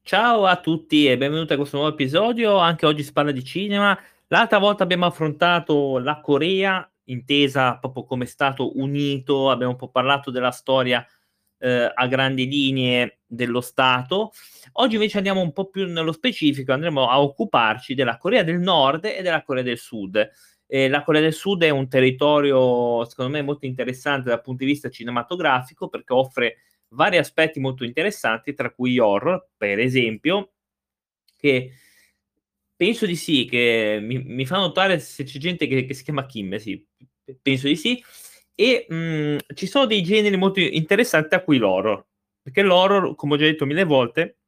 Ciao a tutti e benvenuti a questo nuovo episodio. Anche oggi si parla di cinema. L'altra volta abbiamo affrontato la Corea, intesa proprio come stato unito, abbiamo un po' parlato della storia, a grandi linee dello Stato. Oggi invece andiamo un po' più nello specifico, andremo a occuparci della Corea del Nord e della Corea del Sud. La Corea del Sud è un territorio, secondo me, molto interessante dal punto di vista cinematografico perché offre vari aspetti molto interessanti, tra cui gli horror, per esempio, che penso di sì, che mi fa notare se c'è gente che si chiama Kim, sì, penso di sì. E ci sono dei generi molto interessanti, a cui l'horror, perché l'horror, come ho già detto mille volte,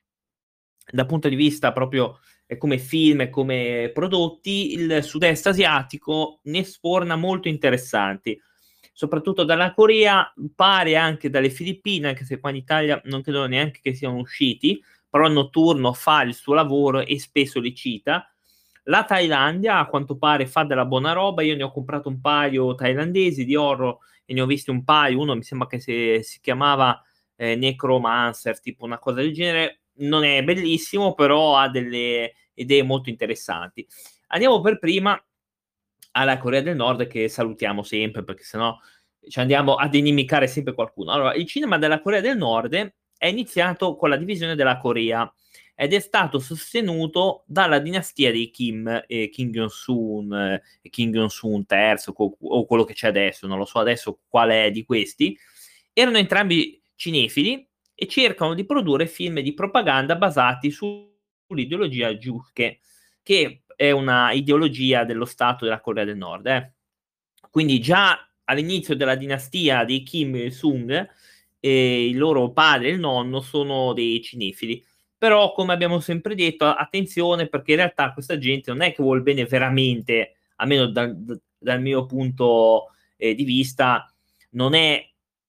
dal punto di vista proprio come film e come prodotti, il sud-est asiatico ne sforna molto interessanti, soprattutto dalla Corea, pare anche dalle Filippine, anche se qua in Italia non credo neanche che siano usciti, però Notturno fa il suo lavoro e spesso li cita. La Thailandia a quanto pare fa della buona roba, io ne ho comprato un paio thailandesi di horror e ne ho visti un paio, uno mi sembra che si chiamava Necromancer, tipo una cosa del genere. Non è bellissimo, però ha delle idee molto interessanti. Andiamo per prima alla Corea del Nord, che salutiamo sempre perché sennò ci andiamo ad inimicare sempre qualcuno. Allora, il cinema della Corea del Nord è iniziato con la divisione della Corea ed è stato sostenuto dalla dinastia dei Kim, Kim Jong-un, Kim Jong-un terzo, o quello che c'è adesso, non lo so adesso qual è di questi. Erano entrambi cinefili e cercano di produrre film di propaganda basati sull'ideologia Juche, che è una ideologia dello Stato della Corea del Nord. Quindi già all'inizio della dinastia dei Kim Il-sung, il loro padre e il nonno sono dei cinefili. Però, come abbiamo sempre detto, attenzione, perché in realtà questa gente non è che vuol bene veramente, almeno dal mio punto di vista, non è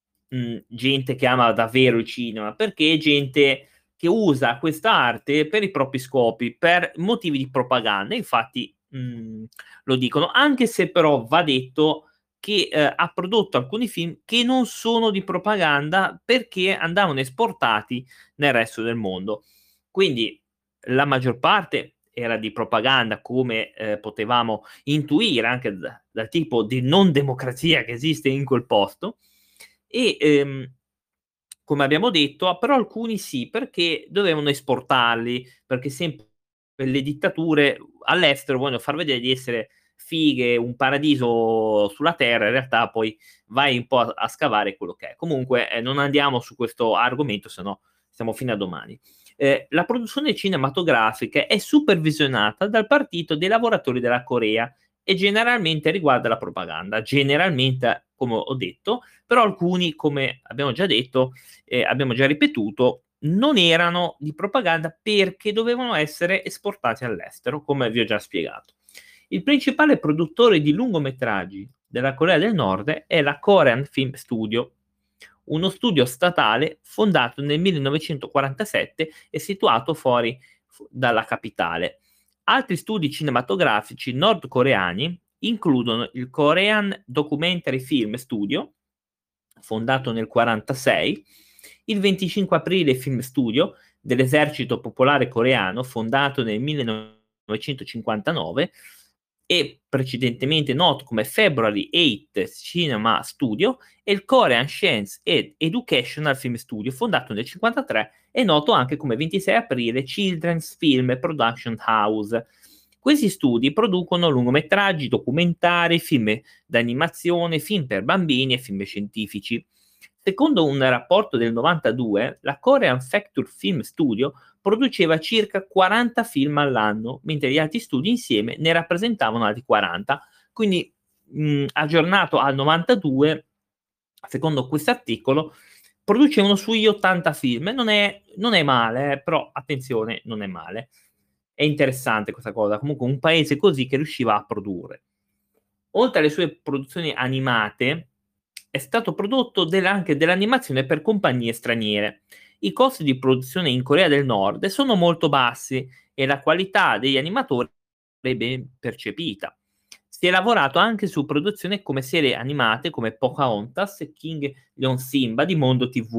gente che ama davvero il cinema, perché è gente che usa questa arte per i propri scopi, per motivi di propaganda. Infatti, lo dicono, anche se però va detto che ha prodotto alcuni film che non sono di propaganda perché andavano esportati nel resto del mondo. Quindi la maggior parte era di propaganda, come potevamo intuire anche dal tipo di non democrazia che esiste in quel posto. E come abbiamo detto, però alcuni sì, perché dovevano esportarli, perché sempre le dittature all'estero vogliono far vedere di essere fighe, un paradiso sulla terra, in realtà poi vai un po' a scavare quello che è. Comunque, non andiamo su questo argomento, se no stiamo fino a domani. La produzione cinematografica è supervisionata dal Partito dei Lavoratori della Corea e generalmente riguarda la propaganda. Generalmente, come ho detto, però alcuni, come abbiamo già detto, abbiamo già ripetuto, non erano di propaganda perché dovevano essere esportati all'estero, come vi ho già spiegato. Il principale produttore di lungometraggi della Corea del Nord è la Korean Film Studio, uno studio statale fondato nel 1947 e situato fuori dalla capitale. Altri studi cinematografici nordcoreani includono il Korean Documentary Film Studio, fondato nel 1946, il 25 aprile Film Studio dell'Esercito Popolare Coreano, fondato nel 1959, e precedentemente noto come February 8 Cinema Studio, e il Korean Science ed Educational Film Studio, fondato nel 1953 e noto anche come 26 aprile Children's Film Production House. Questi studi producono lungometraggi, documentari, film d'animazione, film per bambini e film scientifici. Secondo un rapporto del 92, la Korean Factor Film Studio produceva circa 40 film all'anno, mentre gli altri studi insieme ne rappresentavano altri 40. Quindi, aggiornato al 92, secondo questo articolo, producevano sugli 80 film. Non è male, però attenzione, non è male. È interessante questa cosa. Comunque, un paese così che riusciva a produrre. Oltre alle sue produzioni animate, è stato prodotto anche dell'animazione per compagnie straniere. I costi di produzione in Corea del Nord sono molto bassi e la qualità degli animatori è ben percepita. Si è lavorato anche su produzioni come serie animate come Pocahontas e King Leon Simba di Mondo TV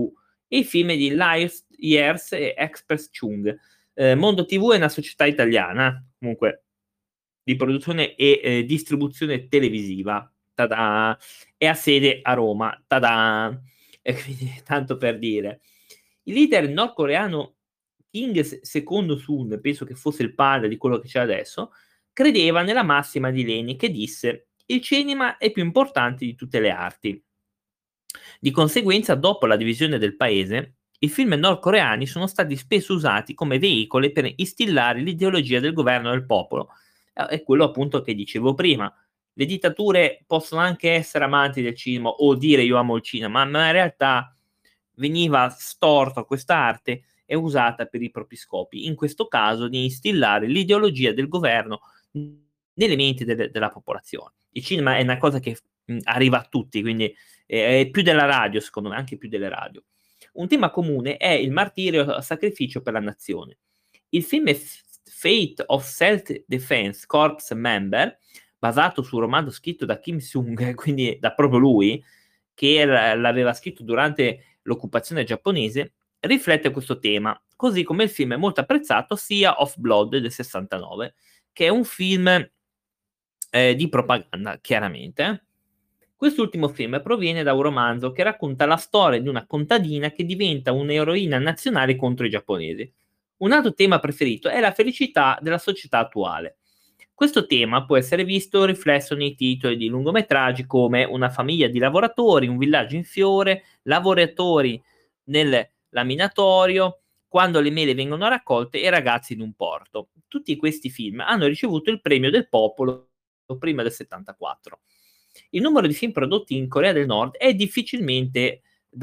e i film di Lars Jers e Express Chung. Mondo TV è una società italiana, comunque, di produzione e distribuzione televisiva. Ta-da! E ha sede a Roma. Ta-da! E quindi, tanto per dire. Il leader nordcoreano Kim secondo Sun, penso che fosse il padre di quello che c'è adesso, credeva nella massima di Lenin che disse: il cinema è più importante di tutte le arti. Di conseguenza, dopo la divisione del paese, i film nordcoreani sono stati spesso usati come veicoli per instillare l'ideologia del governo del popolo. È quello appunto che dicevo prima. Le dittature possono anche essere amanti del cinema o dire io amo il cinema, ma in realtà veniva storta questa arte e usata per i propri scopi, in questo caso di instillare l'ideologia del governo nelle menti della popolazione. Il cinema è una cosa che arriva a tutti, quindi è più della radio, secondo me, anche più delle radio. Un tema comune è il martirio a sacrificio per la nazione. Il film Fate of Self-Defense Corps Member, basato sul romanzo scritto da Kim Sung, quindi da proprio lui, che l'aveva scritto durante l'occupazione giapponese, riflette questo tema, così come il film è molto apprezzato sia Of Blood del 69, che è un film di propaganda, chiaramente. Quest'ultimo film proviene da un romanzo che racconta la storia di una contadina che diventa un'eroina nazionale contro i giapponesi. Un altro tema preferito è la felicità della società attuale. Questo tema può essere visto riflesso nei titoli di lungometraggi come Una famiglia di lavoratori, Un villaggio in fiore, Lavoratori nel laminatorio, Quando le mele vengono raccolte e Ragazzi in un porto. Tutti questi film hanno ricevuto il premio del popolo prima del 74. Il numero di film prodotti in Corea del Nord è difficile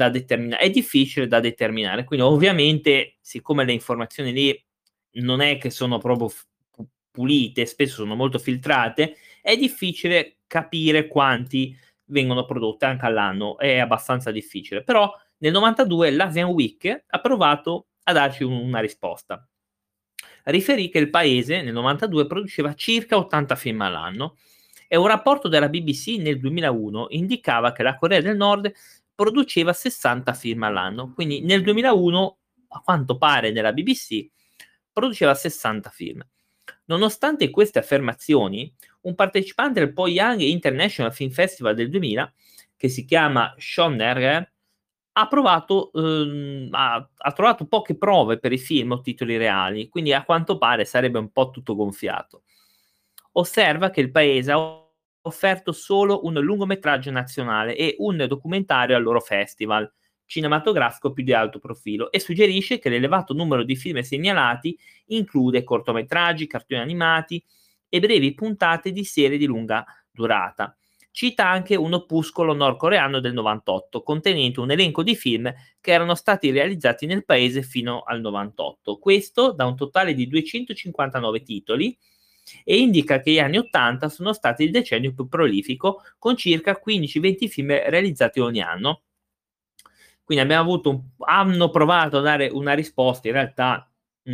da determinare, quindi ovviamente siccome le informazioni lì non è che sono proprio pulite, spesso sono molto filtrate, è difficile capire quanti vengono prodotte anche all'anno, è abbastanza difficile. Però nel 92 l'Asian Week ha provato a darci una risposta. Riferì che il paese nel 92 produceva circa 80 film all'anno e un rapporto della BBC nel 2001 indicava che la Corea del Nord produceva 60 film all'anno, quindi nel 2001, a quanto pare nella BBC, produceva 60 film. Nonostante queste affermazioni, un partecipante del Pyongyang International Film Festival del 2000, che si chiama Sean Nerger, ha trovato poche prove per i film o titoli reali, quindi a quanto pare sarebbe un po' tutto gonfiato. Osserva che il paese ha offerto solo un lungometraggio nazionale e un documentario al loro festival cinematografico più di alto profilo e suggerisce che l'elevato numero di film segnalati include cortometraggi, cartoni animati e brevi puntate di serie di lunga durata. Cita anche un opuscolo nordcoreano del 98, contenente un elenco di film che erano stati realizzati nel paese fino al 98. Questo da un totale di 259 titoli e indica che gli anni 80 sono stati il decennio più prolifico, con circa 15-20 film realizzati ogni anno. Quindi hanno provato a dare una risposta, in realtà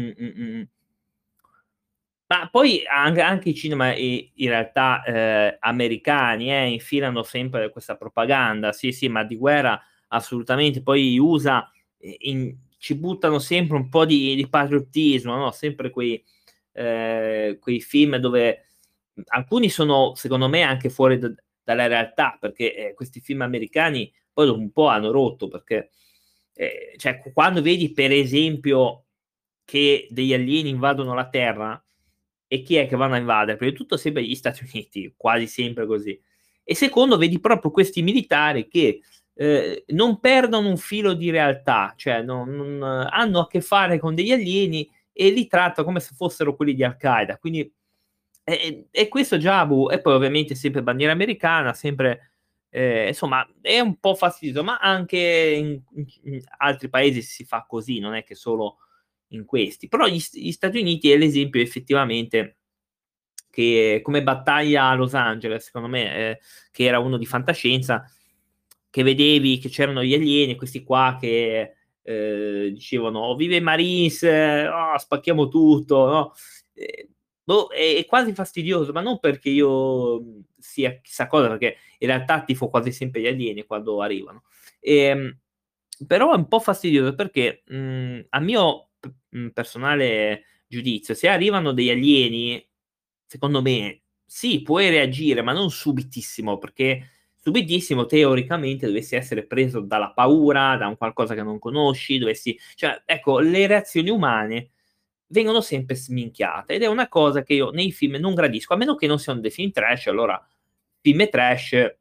ma poi anche i cinema in realtà americani infilano sempre questa propaganda, sì, sì, ma di guerra assolutamente. Poi gli USA ci buttano sempre un po' di patriottismo, no? Sempre quei film dove alcuni sono, secondo me, anche fuori dalla realtà, perché questi film americani poi dopo un po' hanno rotto, perché cioè, quando vedi, per esempio, che degli alieni invadono la Terra, e chi è che vanno a invadere? Prima di tutto sempre gli Stati Uniti, quasi sempre così. E secondo, vedi proprio questi militari che non perdono un filo di realtà, cioè non hanno a che fare con degli alieni e li tratta come se fossero quelli di Al-Qaeda. Quindi, e questo già, e poi ovviamente sempre bandiera americana, sempre, insomma, è un po' fastidioso, ma anche in altri paesi si fa così, non è che solo in questi. Però gli Stati Uniti è l'esempio effettivamente che come battaglia a Los Angeles, secondo me, che era uno di fantascienza, che vedevi che c'erano gli alieni, questi qua che dicevano "Oh, vive i Marines, oh, spacchiamo tutto", no? È quasi fastidioso, ma non perché io sia chissà cosa, perché in realtà tifo quasi sempre gli alieni quando arrivano. Però è un po' fastidioso perché, a mio personale giudizio, se arrivano degli alieni, secondo me sì, puoi reagire, ma non subitissimo, perché subitissimo teoricamente dovresti essere preso dalla paura, da un qualcosa che non conosci, dovresti cioè ecco, le reazioni umane vengono sempre sminchiate ed è una cosa che io nei film non gradisco, a meno che non siano dei film trash, allora film trash,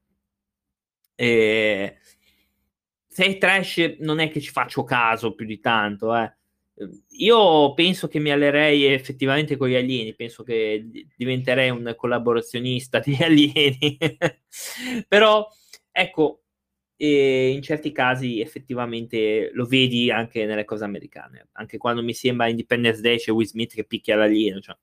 ehm se è trash non è che ci faccio caso più di tanto, eh. Io penso che mi allerei effettivamente con gli alieni, penso che diventerei un collaborazionista degli alieni. Però ecco, in certi casi effettivamente lo vedi anche nelle cose americane. Anche quando mi sembra Independence Day c'è Will Smith che picchia l'alieno, cioè,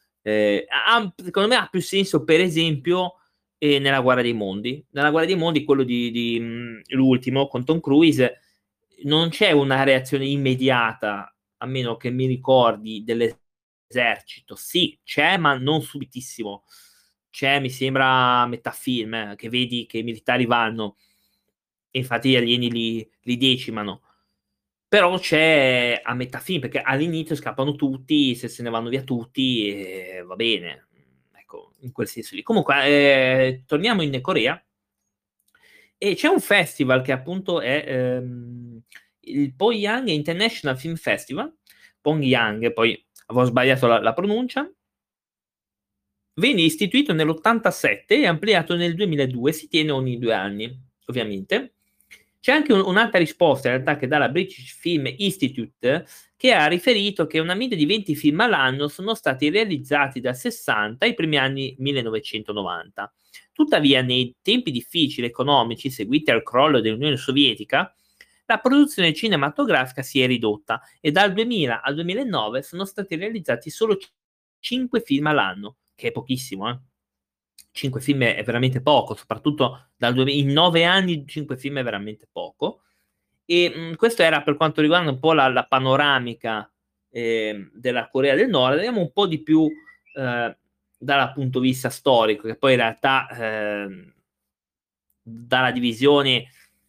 secondo me ha più senso per esempio nella Guerra dei Mondi. Nella Guerra dei Mondi, quello l'ultimo con Tom Cruise, non c'è una reazione immediata, a meno che mi ricordi, dell'esercito. Sì, c'è, ma non subitissimo. C'è, mi sembra, a metà film, che vedi che i militari vanno, e infatti gli alieni li decimano. Però c'è a metà film, perché all'inizio scappano tutti, se ne vanno via tutti, e va bene. Ecco, in quel senso lì. Comunque, torniamo in Corea. E c'è un festival che appunto è il Pyongyang International Film Festival, Pyongyang, poi avevo sbagliato la pronuncia, venne istituito nell'87 e ampliato nel 2002, si tiene ogni 2 anni, ovviamente. C'è anche un'altra risposta in realtà che dà la British Film Institute, che ha riferito che una media di 20 film all'anno sono stati realizzati dal 60 ai primi anni 1990. Tuttavia, nei tempi difficili economici seguiti al crollo dell'Unione Sovietica, la produzione cinematografica si è ridotta e dal 2000 al 2009 sono stati realizzati solo 5 film all'anno, che è pochissimo, eh. 5 film è veramente poco, soprattutto in 9 anni 5 film è veramente poco. E questo era per quanto riguarda un po' la panoramica della Corea del Nord. Andiamo un po' di più dal punto di vista storico, che poi in realtà dalla divisione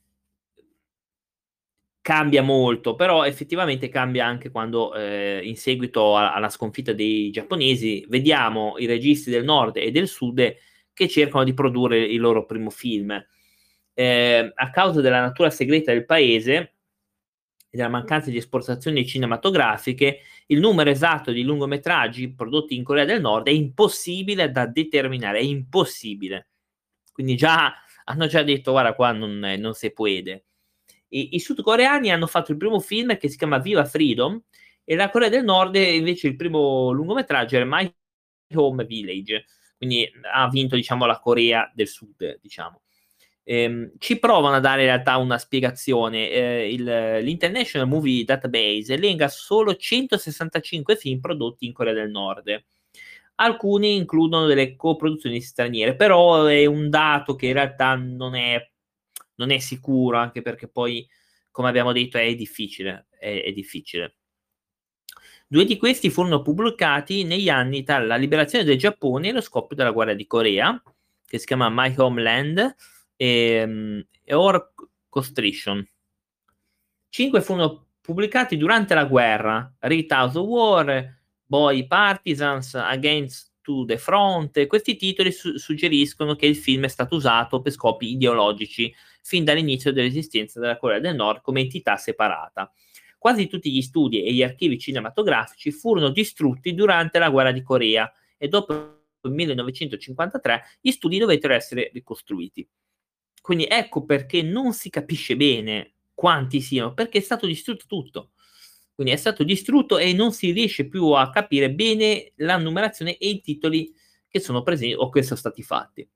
cambia molto, però effettivamente cambia anche quando in seguito alla sconfitta dei giapponesi vediamo i registi del nord e del sud che cercano di produrre il loro primo film. A causa della natura segreta del paese e della mancanza di esportazioni cinematografiche, il numero esatto di lungometraggi prodotti in Corea del Nord è impossibile da determinare, è impossibile. Quindi già hanno già detto guarda qua non se puede. I sudcoreani hanno fatto il primo film che si chiama Viva Freedom e la Corea del Nord invece il primo lungometraggio era My Home Village, quindi ha vinto diciamo la Corea del Sud, diciamo. Ci provano a dare in realtà una spiegazione. L'International Movie Database elenca solo 165 film prodotti in Corea del Nord. Alcuni includono delle coproduzioni straniere, però è un dato che in realtà non è sicuro, anche perché poi, come abbiamo detto, è difficile. È difficile. Due di questi furono pubblicati negli anni tra la liberazione del Giappone e lo scoppio della guerra di Corea, che si chiama My Homeland e Or Constriction. 5 furono pubblicati durante la guerra: Read Out of War, Boy Partisans, Against to the Front. Questi titoli suggeriscono che il film è stato usato per scopi ideologici fin dall'inizio dell'esistenza della Corea del Nord come entità separata. Quasi tutti gli studi e gli archivi cinematografici furono distrutti durante la guerra di Corea e dopo il 1953 gli studi dovettero essere ricostruiti. Quindi ecco perché non si capisce bene quanti siano, perché è stato distrutto tutto. Quindi è stato distrutto e non si riesce più a capire bene la numerazione e i titoli che sono presenti o che sono stati fatti.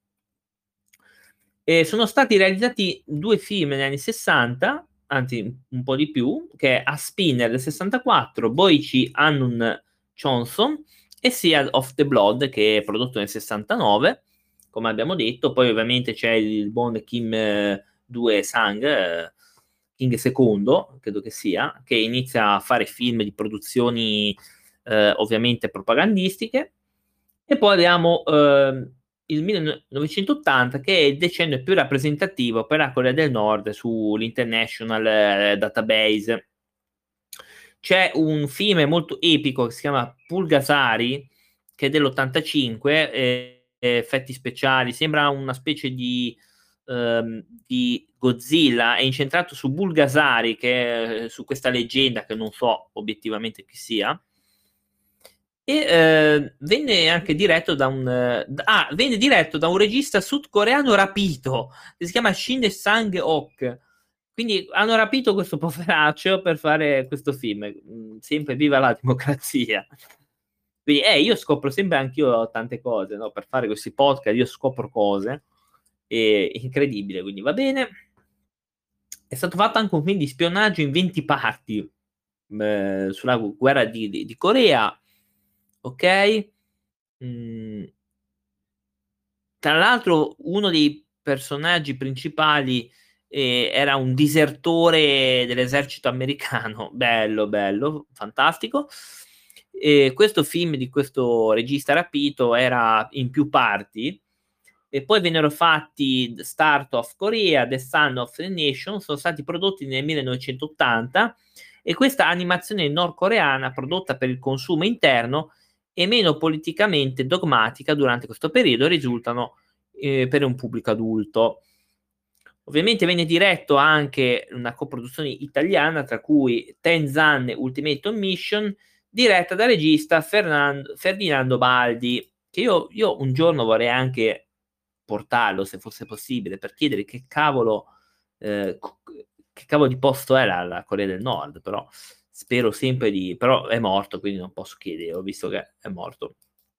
Sono stati realizzati 2 film negli anni '60, anzi un po' di più, che è A Spinner del '64, Boichi Annun Chonson e Sea of the Blood, che è prodotto nel '69, come abbiamo detto. Poi ovviamente c'è il buon Kim Do-sang, King II, credo che sia, che inizia a fare film di produzioni ovviamente propagandistiche. E poi abbiamo il 1980, che è il decennio più rappresentativo per la Corea del Nord sull'International Database. C'è un film molto epico che si chiama Pulgasari, che è dell'85, effetti speciali, sembra una specie di Godzilla, è incentrato su Bulgasari, che è su questa leggenda che non so obiettivamente chi sia. E venne anche diretto venne diretto da un regista sudcoreano rapito, che si chiama Shin Sang-ok. Quindi hanno rapito questo poveraccio per fare questo film. Sempre viva la democrazia. Quindi io scopro sempre anch'io tante cose, no? Per fare questi podcast io scopro cose. Incredibile, quindi va bene. È stato fatto anche un film di spionaggio in 20 parti sulla guerra di Corea. Ok? Mm, Tra l'altro, uno dei personaggi principali era un disertore dell'esercito americano. Bello, bello, fantastico. E questo film di questo regista rapito era in più parti. E poi vennero fatti The Start of Korea, The Son of the Nation, sono stati prodotti nel 1980 e questa animazione nordcoreana prodotta per il consumo interno e meno politicamente dogmatica durante questo periodo risultano per un pubblico adulto. Ovviamente venne diretto anche una coproduzione italiana, tra cui Tenzan Ultimate Mission, diretta dal regista Ferdinando Baldi, che io un giorno vorrei anche portarlo, se fosse possibile, per chiedere eh, che cavolo di posto è la Corea del Nord, però spero sempre di... però è morto, quindi non posso chiedere, ho visto che è morto.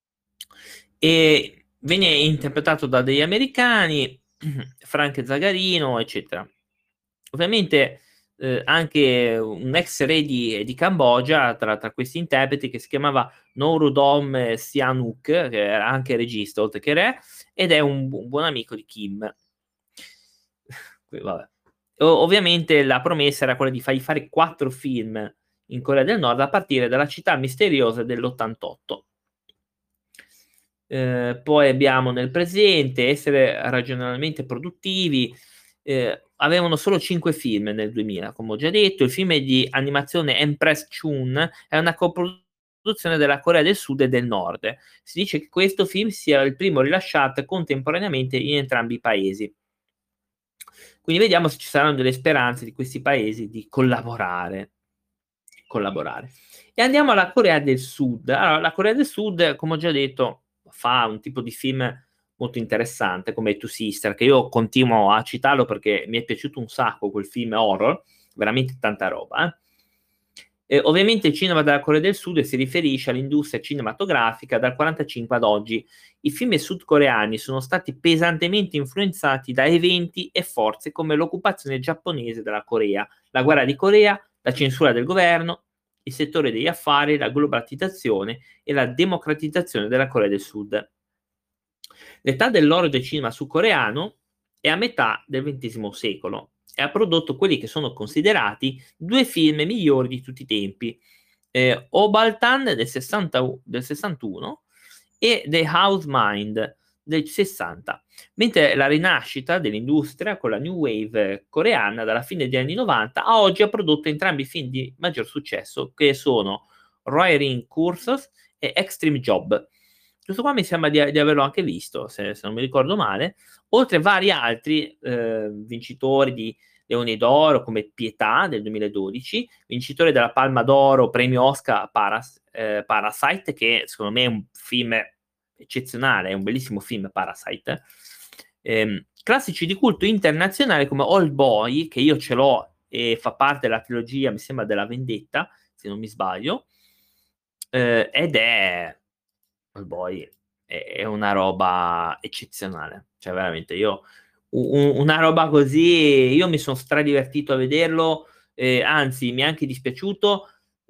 E venne interpretato da degli americani, Frank Zagarino, eccetera. Ovviamente anche un ex re di Cambogia tra questi interpreti che si chiamava Norodom Sihanouk, che era anche regista oltre che re, ed è un buon amico di Kim. Vabbè. Ovviamente la promessa era quella di fargli fare 4 film in Corea del Nord a partire dalla città misteriosa dell'88. Poi abbiamo nel presente essere ragionevolmente produttivi. Avevano solo 5 film nel 2000, come ho già detto. Il film è di animazione Empress Chun, è una coproduzione della Corea del Sud e del Nord. Si dice che questo film sia il primo rilasciato contemporaneamente in entrambi i paesi. Quindi vediamo se ci saranno delle speranze di questi paesi di collaborare. E andiamo alla Corea del Sud. Allora, la Corea del Sud, come ho già detto, fa un tipo di film molto interessante come Two Sister, che io continuo a citarlo perché mi è piaciuto un sacco quel film horror, veramente tanta roba. Ovviamente il cinema della Corea del Sud si riferisce all'industria cinematografica dal 1945 ad oggi. I film sudcoreani sono stati pesantemente influenzati da eventi e forze come l'occupazione giapponese della Corea, la guerra di Corea, la censura del governo, il settore degli affari, la globalizzazione e la democratizzazione della Corea del Sud. L'età dell'oro del cinema sudcoreano è a metà del XX secolo e ha prodotto quelli che sono considerati 2 film migliori di tutti i tempi, Obaltan del 61 e The House Mind del 60, mentre la rinascita dell'industria con la New Wave coreana dalla fine degli anni 90 a oggi ha prodotto entrambi i film di maggior successo, che sono Roy Ring Cursos e Extreme Job. Questo qua mi sembra di averlo anche visto, se non mi ricordo male, oltre a vari altri vincitori di Leone d'Oro come Pietà del 2012, vincitore della Palma d'Oro, premio Oscar Parasite, che secondo me è un film eccezionale, è un bellissimo film Parasite. Classici di culto internazionale come Old Boy, che io ce l'ho e fa parte della trilogia, mi sembra, della Vendetta, se non mi sbaglio, ed è Old Boy è una roba eccezionale, cioè veramente io una roba così, io mi sono stradivertito a vederlo, anzi mi è anche dispiaciuto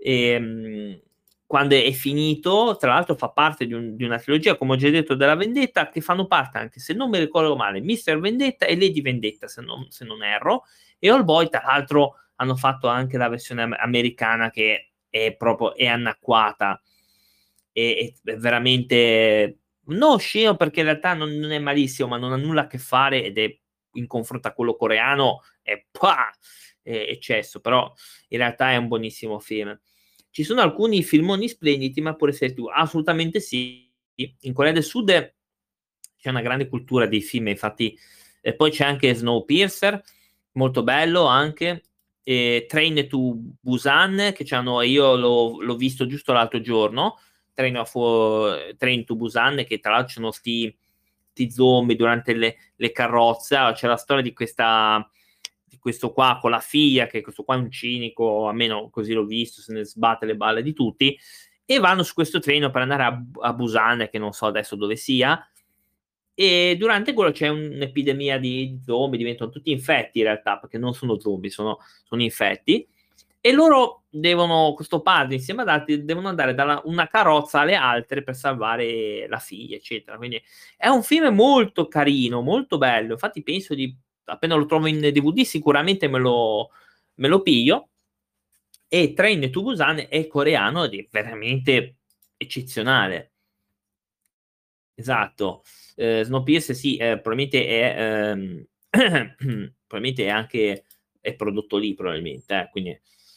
quando è finito. Tra l'altro fa parte di una trilogia, come ho già detto, della Vendetta, che fanno parte, anche se non mi ricordo male, Mr. Vendetta e Lady Vendetta, se non erro, e All Boy tra l'altro hanno fatto anche la versione americana che è proprio è anacquata, è veramente no scemo perché in realtà non è malissimo, ma non ha nulla a che fare ed è in confronto a quello coreano è eccesso, però in realtà è un buonissimo film. Ci sono alcuni filmoni splendidi, ma pure serie TV assolutamente sì. In Corea del Sud c'è una grande cultura dei film, infatti poi c'è anche Snowpiercer, molto bello anche, Train to Busan che c'hanno io l'ho visto giusto l'altro giorno, Train to Busan, che tra l'altro sono sti zombie durante le carrozze. Allora, c'è la storia di questo qua con la figlia, che questo qua è un cinico, almeno così l'ho visto, se ne sbatte le balle di tutti, e vanno su questo treno per andare a Busan, che non so adesso dove sia, e durante quello c'è un'epidemia di zombie, diventano tutti infetti in realtà, perché non sono zombie, sono infetti, e loro devono, questo padre insieme ad altri, devono andare da una carrozza alle altre per salvare la figlia, eccetera. Quindi è un film molto carino, molto bello. Infatti penso di, appena lo trovo in DVD, sicuramente me lo piglio. E Train to Busan è coreano ed è veramente eccezionale. Esatto. Snowpiercer sì, probabilmente è probabilmente è anche è prodotto lì probabilmente, quindi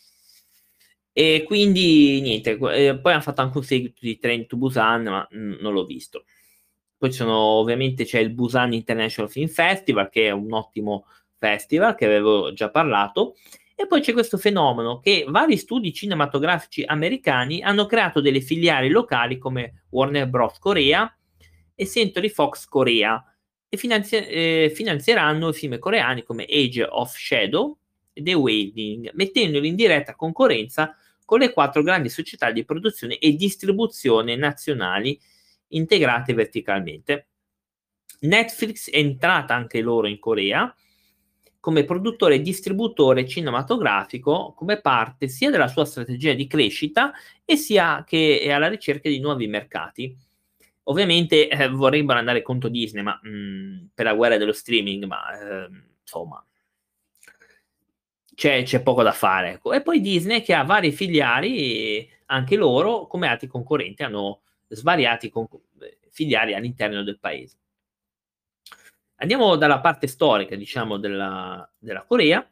e quindi niente, poi han fatto anche un seguito di Train to Busan, ma, non l'ho visto. Poi ci sono ovviamente c'è il Busan International Film Festival, che è un ottimo festival, che avevo già parlato, e poi c'è questo fenomeno che vari studi cinematografici americani hanno creato delle filiali locali come Warner Bros. Corea e Century Fox Corea e finanzieranno film coreani come Age of Shadow e The Wailing, mettendoli in diretta concorrenza con le 4 grandi società di produzione e distribuzione nazionali integrate verticalmente. Netflix è entrata anche loro in Corea come produttore e distributore cinematografico come parte sia della sua strategia di crescita e sia che è alla ricerca di nuovi mercati. Ovviamente vorrebbero andare contro Disney, ma per la guerra dello streaming, ma insomma c'è poco da fare. Ecco. E poi Disney che ha varie filiali, anche loro, come altri concorrenti, hanno svariati filiali all'interno del paese. Andiamo dalla parte storica, diciamo, della Corea.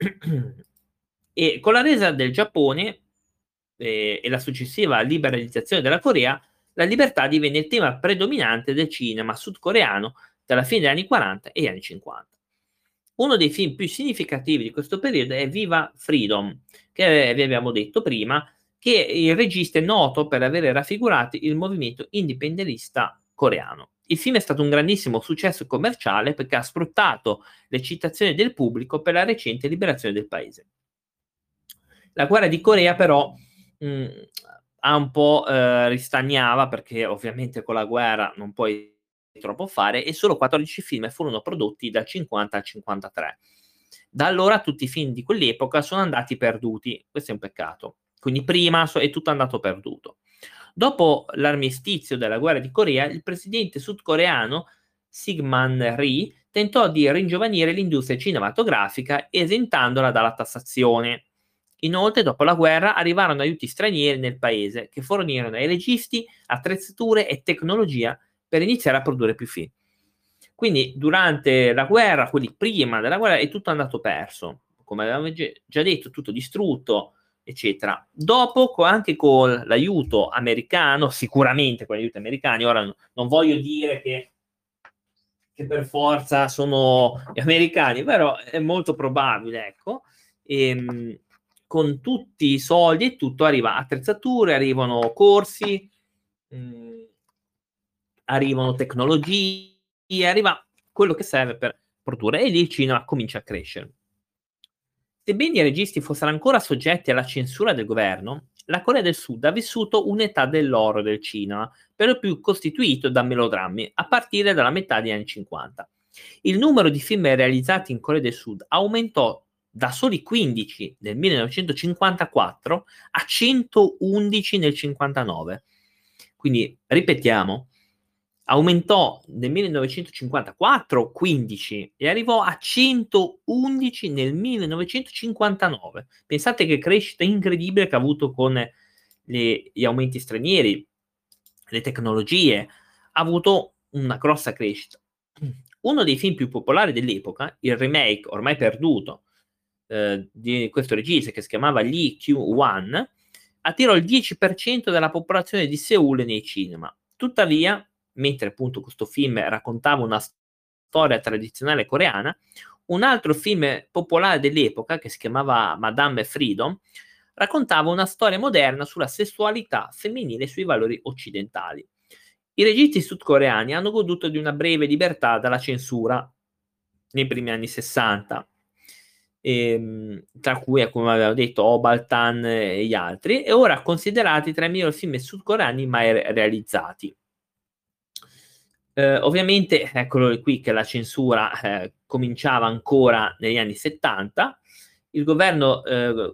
E con la resa del Giappone e la successiva liberalizzazione della Corea, la libertà divenne il tema predominante del cinema sudcoreano tra la fine degli anni 40 e gli anni 50. Uno dei film più significativi di questo periodo è Viva Freedom, che vi abbiamo detto prima, che il regista è noto per aver raffigurato il movimento indipendentista coreano. Il film è stato un grandissimo successo commerciale perché ha sfruttato l'eccitazione del pubblico per la recente liberazione del paese. La guerra di Corea però mh, ha un po' ristagnava perché ovviamente con la guerra non puoi troppo fare e solo 14 film furono prodotti dal 50 al 53. Da allora tutti i film di quell'epoca sono andati perduti, questo è un peccato. Quindi prima è tutto andato perduto. Dopo l'armistizio della guerra di Corea, il presidente sudcoreano Syngman Rhee tentò di ringiovanire l'industria cinematografica esentandola dalla tassazione. Inoltre, dopo la guerra, arrivarono aiuti stranieri nel paese che fornirono ai registi attrezzature e tecnologia per iniziare a produrre più film. Quindi durante la guerra, quelli prima della guerra, è tutto andato perso. Come avevamo già detto, tutto distrutto, eccetera. Dopo, anche con l'aiuto americano, sicuramente con gli aiuti americani, ora non voglio dire che per forza sono gli americani, però è molto probabile, ecco. Con tutti i soldi e tutto arriva attrezzature, arrivano corsi, arrivano tecnologie, arriva quello che serve per produrre e lì il cinema comincia a crescere. Sebbene i registi fossero ancora soggetti alla censura del governo, la Corea del Sud ha vissuto un'età dell'oro del cinema, per lo più costituito da melodrammi, a partire dalla metà degli anni 50. Il numero di film realizzati in Corea del Sud aumentò da soli 15 nel 1954 a 111 nel 59. Quindi, ripetiamo, aumentò nel 1954 15 e arrivò a 111 nel 1959. Pensate che crescita incredibile che ha avuto con gli aumenti stranieri, le tecnologie, ha avuto una grossa crescita. Uno dei film più popolari dell'epoca, il remake ormai perduto di questo regista che si chiamava Lee Kyu-wan, attirò il 10% della popolazione di Seul nei cinema. Tuttavia, mentre appunto questo film raccontava una storia tradizionale coreana, un altro film popolare dell'epoca, che si chiamava Madame Freedom, raccontava una storia moderna sulla sessualità femminile e sui valori occidentali. I registi sudcoreani hanno goduto di una breve libertà dalla censura nei primi anni 60, tra cui, come avevo detto, Obaltan e gli altri, e ora considerati tra i migliori film sudcoreani mai realizzati. Ovviamente, eccolo qui che la censura cominciava ancora negli anni 70, il governo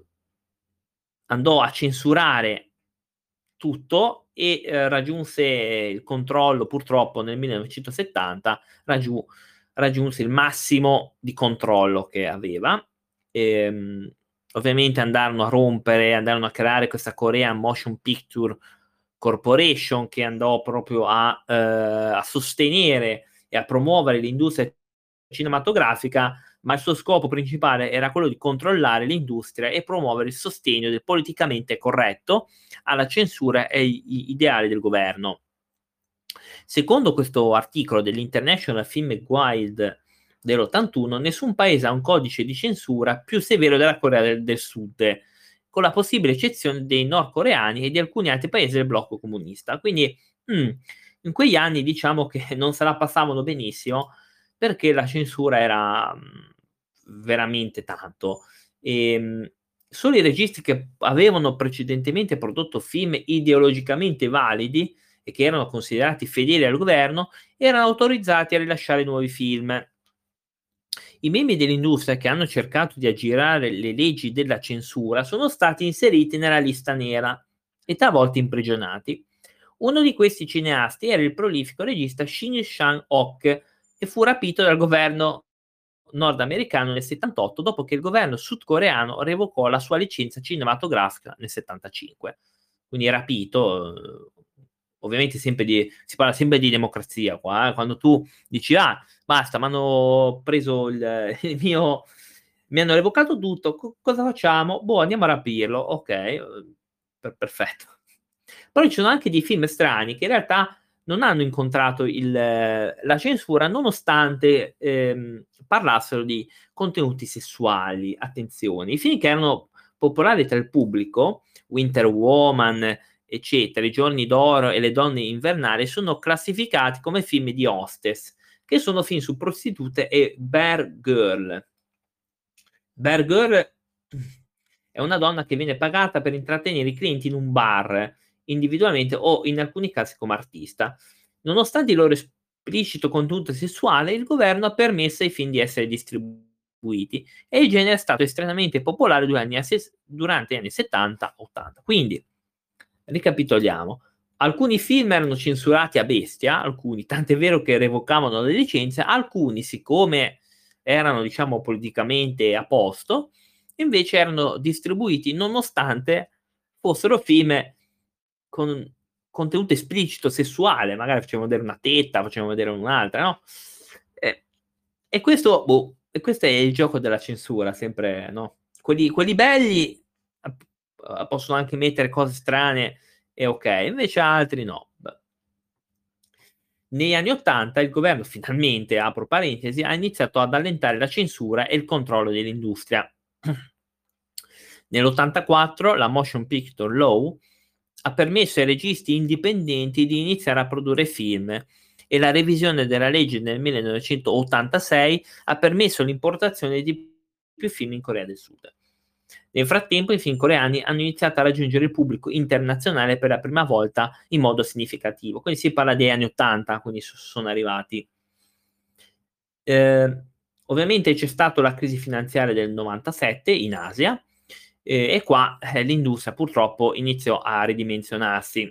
andò a censurare tutto e raggiunse il controllo, purtroppo nel 1970 raggiunse il massimo di controllo che aveva. Ovviamente andarono a creare questa Korean Motion Picture Corporation, che andò proprio a sostenere e a promuovere l'industria cinematografica, ma il suo scopo principale era quello di controllare l'industria e promuovere il sostegno del politicamente corretto alla censura e agli ideali del governo. Secondo questo articolo dell'International Film Guide dell'81, nessun paese ha un codice di censura più severo della Corea del Sud, con la possibile eccezione dei nordcoreani e di alcuni altri paesi del blocco comunista. Quindi in quegli anni diciamo che non se la passavano benissimo, perché la censura era veramente tanto. Solo i registi che avevano precedentemente prodotto film ideologicamente validi e che erano considerati fedeli al governo erano autorizzati a rilasciare nuovi film. I membri dell'industria che hanno cercato di aggirare le leggi della censura sono stati inseriti nella lista nera e talvolta imprigionati. Uno di questi cineasti era il prolifico regista Shin Sang-ok, che fu rapito dal governo nordamericano nel 78, dopo che il governo sudcoreano revocò la sua licenza cinematografica nel 75. Quindi rapito, ovviamente si parla sempre di democrazia qua, quando tu dici basta, mi hanno preso il mio, mi hanno revocato tutto, cosa facciamo? Boh, andiamo a rapirlo, ok, perfetto. Però ci sono anche dei film strani che in realtà non hanno incontrato la censura, nonostante parlassero di contenuti sessuali. Attenzione, i film che erano popolari tra il pubblico, Winter Woman, eccetera, I giorni d'oro e Le donne invernali, sono classificati come film di hostess, che sono film su prostitute e bear girl. Bear girl è una donna che viene pagata per intrattenere i clienti in un bar, individualmente o in alcuni casi come artista. Nonostante il loro esplicito contenuto sessuale, il governo ha permesso ai film di essere distribuiti e il genere è stato estremamente popolare durante gli anni 70-80. Quindi, ricapitoliamo. Alcuni film erano censurati a bestia, alcuni, tant'è vero che revocavano le licenze, alcuni, siccome erano, diciamo, politicamente a posto, invece erano distribuiti nonostante fossero film con contenuto esplicito sessuale, magari facevano vedere una tetta, facevano vedere un'altra, no? E questo, e questo è il gioco della censura, sempre, no? Quelli belli possono anche mettere cose strane e ok, invece altri no. Negli anni '80 il governo finalmente, apro parentesi, ha iniziato ad allentare la censura e il controllo dell'industria. Nell'84 la Motion Picture Law ha permesso ai registi indipendenti di iniziare a produrre film e la revisione della legge nel 1986 ha permesso l'importazione di più film in Corea del Sud. Nel frattempo i film coreani hanno iniziato a raggiungere il pubblico internazionale per la prima volta in modo significativo. Quindi si parla degli anni '80, quindi sono arrivati. Ovviamente c'è stata la crisi finanziaria del '97 in Asia, e qua l'industria purtroppo iniziò a ridimensionarsi.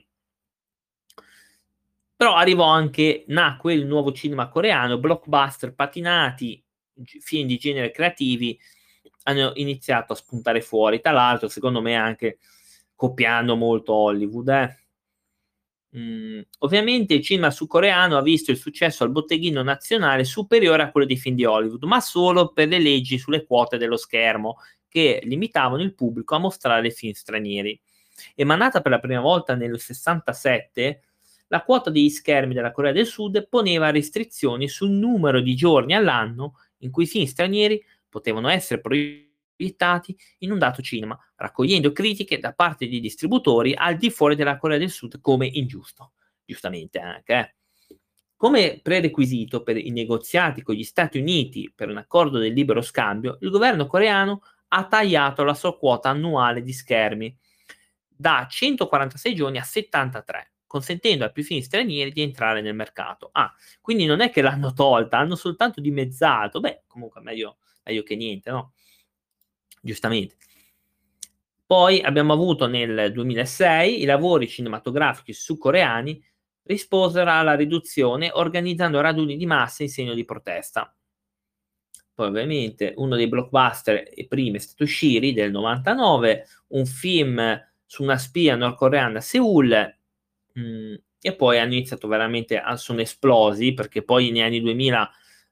Però nacque il nuovo cinema coreano, blockbuster patinati, film di genere creativi hanno iniziato a spuntare fuori, tra l'altro secondo me anche copiando molto Hollywood. Ovviamente il cinema sudcoreano ha visto il successo al botteghino nazionale superiore a quello dei film di Hollywood, ma solo per le leggi sulle quote dello schermo, che limitavano il pubblico a mostrare film stranieri. Emanata per la prima volta nel 67, la quota degli schermi della Corea del Sud poneva restrizioni sul numero di giorni all'anno in cui i film stranieri potevano essere proiettati in un dato cinema, raccogliendo critiche da parte di distributori al di fuori della Corea del Sud come ingiusto. Giustamente anche. Come prerequisito per i negoziati con gli Stati Uniti per un accordo del libero scambio, il governo coreano ha tagliato la sua quota annuale di schermi da 146 giorni a 73, consentendo a più film stranieri di entrare nel mercato. Quindi non è che l'hanno tolta, hanno soltanto dimezzato. Beh, comunque meglio che niente, no? Giustamente. Poi abbiamo avuto nel 2006 i lavori cinematografici sudcoreani risposero alla riduzione organizzando raduni di massa in segno di protesta. Poi ovviamente uno dei blockbuster primi è stato Shiri del 99, un film su una spia nordcoreana a Seoul, e poi hanno iniziato veramente sono esplosi, perché poi negli anni 2000,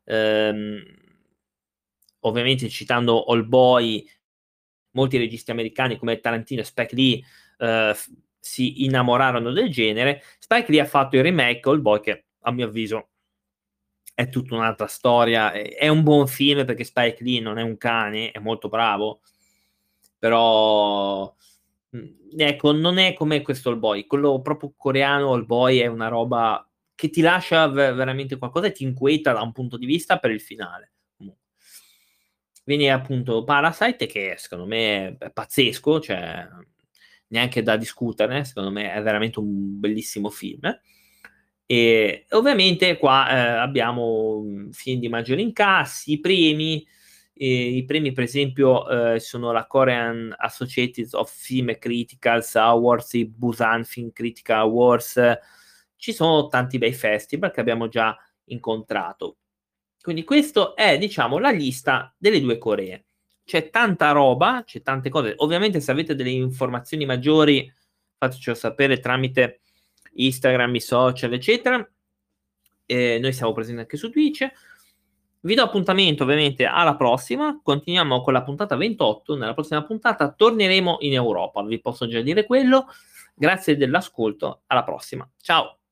ovviamente citando Old Boy, molti registi americani come Tarantino e Spike Lee si innamorarono del genere. Spike Lee ha fatto il remake Old Boy, che a mio avviso è tutta un'altra storia. È un buon film perché Spike Lee non è un cane, è molto bravo, però ecco, non è come questo Old Boy. Quello proprio coreano, Old Boy, è una roba che ti lascia veramente qualcosa e ti inquieta da un punto di vista per il finale. Viene appunto Parasite, che secondo me è pazzesco, cioè neanche da discutere, secondo me è veramente un bellissimo film. E ovviamente qua abbiamo film di maggiori incassi, i premi per esempio sono la Korean Associated of Film Criticals Awards, i Busan Film Critical Awards, ci sono tanti bei festival che abbiamo già incontrato. Quindi questo è, diciamo, la lista delle due Coree. C'è tanta roba, c'è tante cose. Ovviamente se avete delle informazioni maggiori fatecelo sapere tramite Instagram, i social, eccetera. Noi siamo presenti anche su Twitch. Vi do appuntamento ovviamente alla prossima. Continuiamo con la puntata 28. Nella prossima puntata torneremo in Europa. Vi posso già dire quello. Grazie dell'ascolto. Alla prossima. Ciao.